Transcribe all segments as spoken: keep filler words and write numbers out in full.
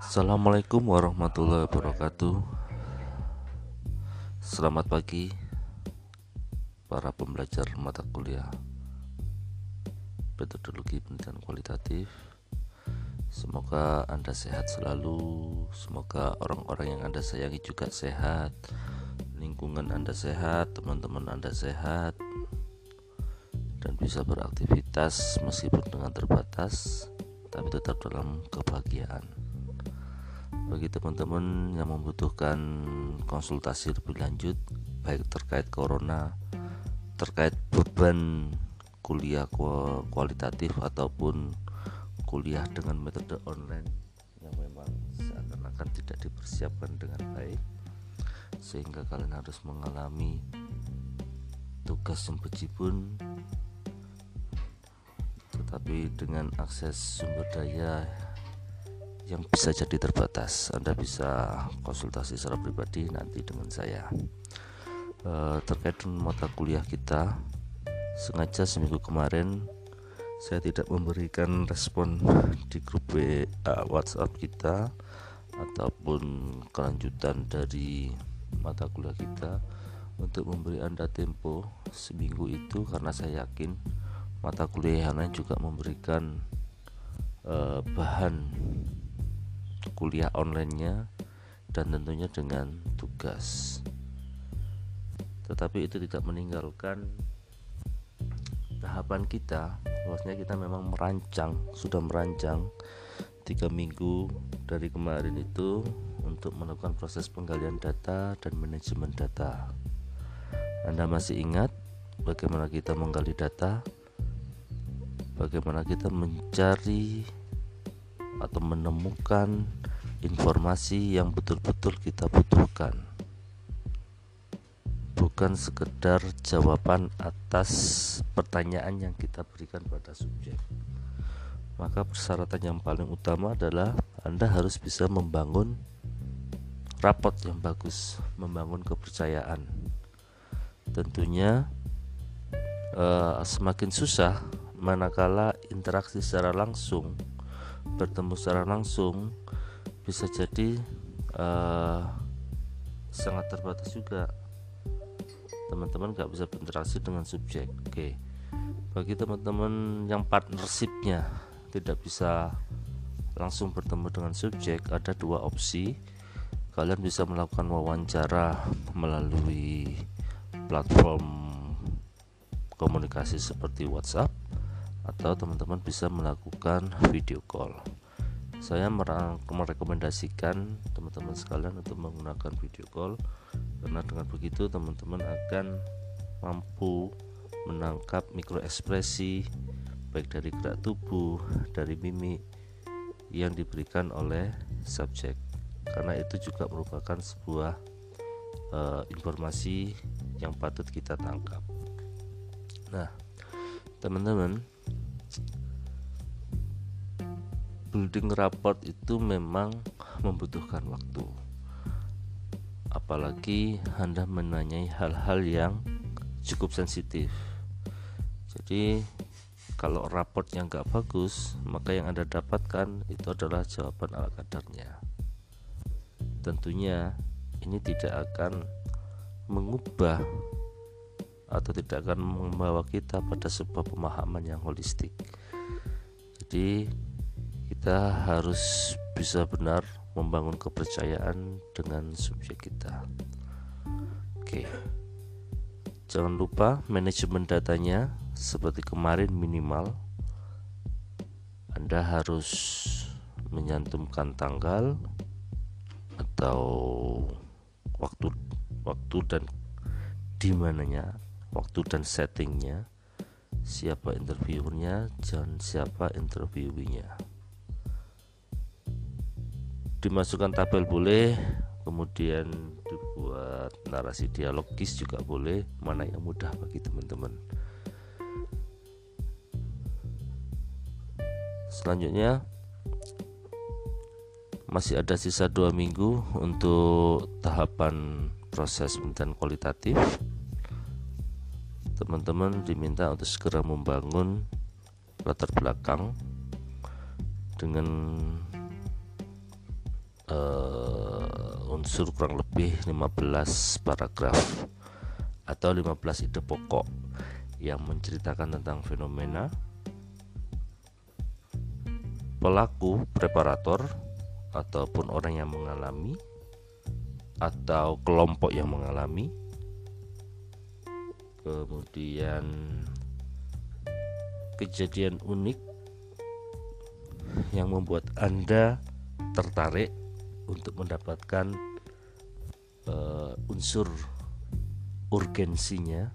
Assalamualaikum warahmatullahi wabarakatuh. Selamat pagi para pembelajar mata kuliah metodologi pendidikan kualitatif. Semoga Anda sehat selalu. Semoga orang-orang yang Anda sayangi juga sehat, lingkungan Anda sehat, teman-teman Anda sehat, dan bisa beraktivitas meskipun dengan terbatas, tapi tetap dalam kebahagiaan. Bagi teman-teman yang membutuhkan konsultasi lebih lanjut, baik terkait corona, terkait beban kuliah kualitatif ataupun kuliah dengan metode online yang memang seakan-akan tidak dipersiapkan dengan baik, sehingga kalian harus mengalami tugas yang bejibun, tetapi dengan akses sumber daya yang bisa jadi terbatas. Anda bisa konsultasi secara pribadi nanti dengan saya. E, terkait dengan mata kuliah kita, sengaja seminggu kemarin saya tidak memberikan respon di grup W A WhatsApp kita ataupun kelanjutan dari mata kuliah kita untuk memberi Anda tempo seminggu itu, karena saya yakin mata kuliah yang lain juga memberikan e, bahan kuliah online-nya dan tentunya dengan tugas. Tetapi itu tidak meninggalkan tahapan kita, bahwasanya kita memang merancang, sudah merancang tiga minggu dari kemarin itu untuk melakukan proses penggalian data dan manajemen data. Anda masih ingat bagaimana kita menggali data, bagaimana kita mencari atau menemukan informasi yang betul-betul kita butuhkan, bukan sekedar jawaban atas pertanyaan yang kita berikan pada subjek. Maka persyaratan yang paling utama adalah Anda harus bisa membangun raport yang bagus, membangun kepercayaan. Tentunya eh, semakin susah manakala interaksi secara langsung, bertemu secara langsung bisa jadi uh, sangat terbatas juga. Teman-teman gak bisa berinteraksi dengan subjek. Oke, bagi teman-teman yang partnershipnya tidak bisa langsung bertemu dengan subjek, ada dua opsi. Kalian bisa melakukan wawancara melalui platform komunikasi seperti WhatsApp, atau teman-teman bisa melakukan video call. Saya merekomendasikan teman-teman sekalian untuk menggunakan video call, karena dengan begitu teman-teman akan mampu menangkap mikroekspresi baik dari gerak tubuh, dari mimik yang diberikan oleh subjek, karena itu juga merupakan sebuah uh, informasi yang patut kita tangkap. Nah, teman-teman, building rapport itu memang membutuhkan waktu, apalagi Anda menanyai hal-hal yang cukup sensitif. Jadi kalau raportnya nggak bagus, maka yang Anda dapatkan itu adalah jawaban ala kadarnya. Tentunya ini tidak akan mengubah atau tidak akan membawa kita pada sebuah pemahaman yang holistik. Jadi kita harus bisa benar membangun kepercayaan dengan subjek kita. Oke, jangan lupa manajemen datanya seperti kemarin. Minimal Anda harus menyantumkan tanggal atau waktu waktu dan di mananya, waktu dan settingnya, siapa interviewernya dan siapa interviewinya. Dimasukkan tabel boleh, kemudian dibuat narasi dialogis juga boleh, mana yang mudah bagi teman-teman. Selanjutnya masih ada sisa dua minggu untuk tahapan proses penelitian kualitatif. Teman-teman diminta untuk segera membangun latar belakang dengan uh, unsur kurang lebih lima belas paragraf atau lima belas ide pokok yang menceritakan tentang fenomena, pelaku, preparator, ataupun orang yang mengalami atau kelompok yang mengalami, kemudian kejadian unik yang membuat Anda tertarik untuk mendapatkan uh, unsur urgensinya,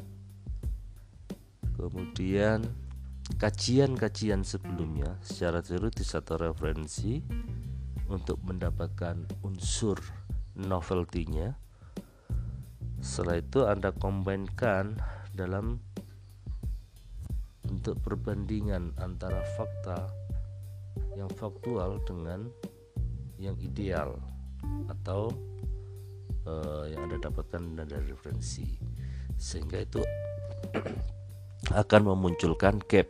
kemudian kajian-kajian sebelumnya secara teoritis atau referensi untuk mendapatkan unsur novelty-nya. Setelah itu Anda kombinkan dalam bentuk perbandingan antara fakta yang faktual dengan yang ideal atau uh, yang Anda dapatkan dari referensi, sehingga itu akan memunculkan gap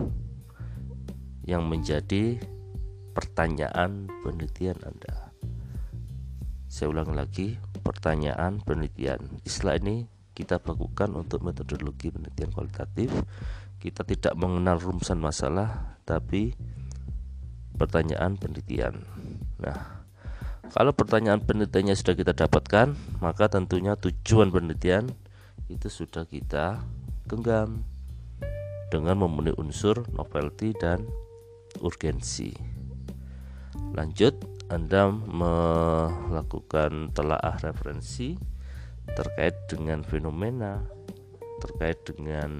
yang menjadi pertanyaan penelitian Anda. Saya ulang lagi, pertanyaan penelitian. Istilah ini kita lakukan untuk metodologi penelitian kualitatif. Kita tidak mengenal rumusan masalah, tapi pertanyaan penelitian. Nah, kalau pertanyaan penelitiannya sudah kita dapatkan, maka tentunya tujuan penelitian itu sudah kita genggam dengan memenuhi unsur novelty dan urgensi. Lanjut, Anda melakukan telaah referensi terkait dengan fenomena, terkait dengan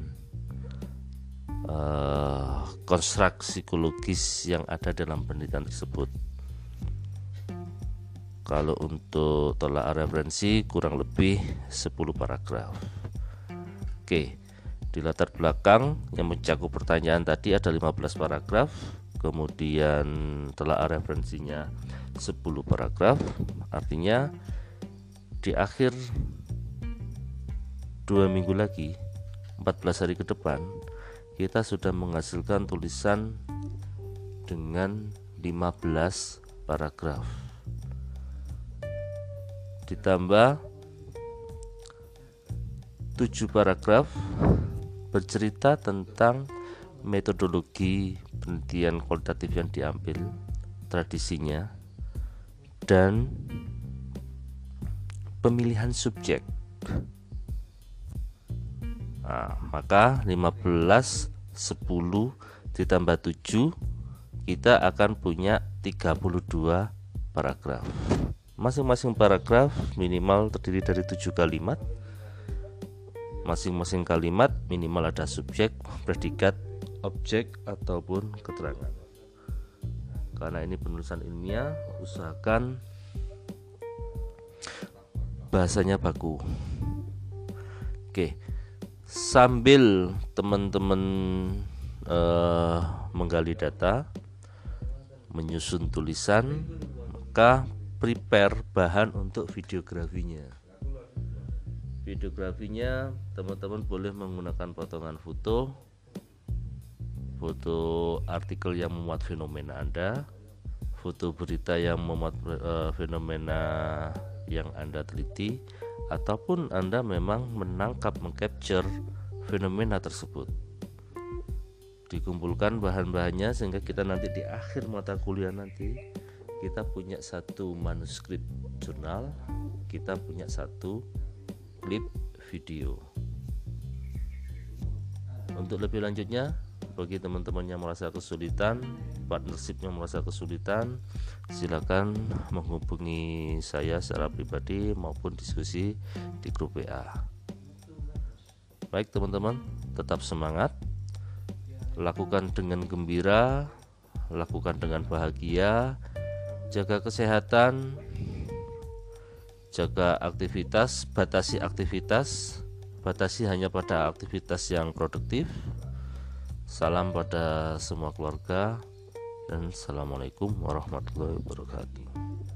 uh, konstruk psikologis yang ada dalam penelitian tersebut. Kalau untuk telaah referensi kurang lebih sepuluh paragraf. Oke, di latar belakang yang mencakup pertanyaan tadi ada lima belas paragraf. Kemudian telaah referensinya sepuluh paragraf. Artinya di akhir dua minggu lagi, empat belas hari ke depan, kita sudah menghasilkan tulisan dengan lima belas paragraf. Ditambah tujuh paragraf bercerita tentang metodologi penelitian kualitatif yang diambil, tradisinya, dan pemilihan subjek. Nah, maka lima belas, sepuluh ditambah tujuh, kita akan punya tiga puluh dua paragraf. Masing-masing paragraf minimal terdiri dari tujuh kalimat. Masing-masing kalimat minimal ada subjek, predikat, objek, ataupun keterangan. Karena ini penulisan ilmiah, usahakan bahasanya baku. Oke, sambil teman-teman uh, menggali data, menyusun tulisan, maka prepare bahan untuk videografinya. Videografinya teman-teman boleh menggunakan potongan foto, foto artikel yang memuat fenomena Anda, foto berita yang memuat uh, fenomena yang Anda teliti, ataupun Anda memang menangkap, mengcapture fenomena tersebut. Dikumpulkan bahan-bahannya sehingga kita nanti di akhir mata kuliah nanti kita punya satu manuskrip jurnal, kita punya satu klip video. Untuk lebih lanjutnya, bagi teman-teman yang merasa kesulitan, partnership yang merasa kesulitan, silakan menghubungi saya secara pribadi maupun diskusi di grup W A. Baik teman-teman, tetap semangat, lakukan dengan gembira, lakukan dengan bahagia, jaga kesehatan, jaga aktivitas, batasi aktivitas, batasi hanya pada aktivitas yang produktif. Salam pada semua keluarga dan assalamualaikum warahmatullahi wabarakatuh.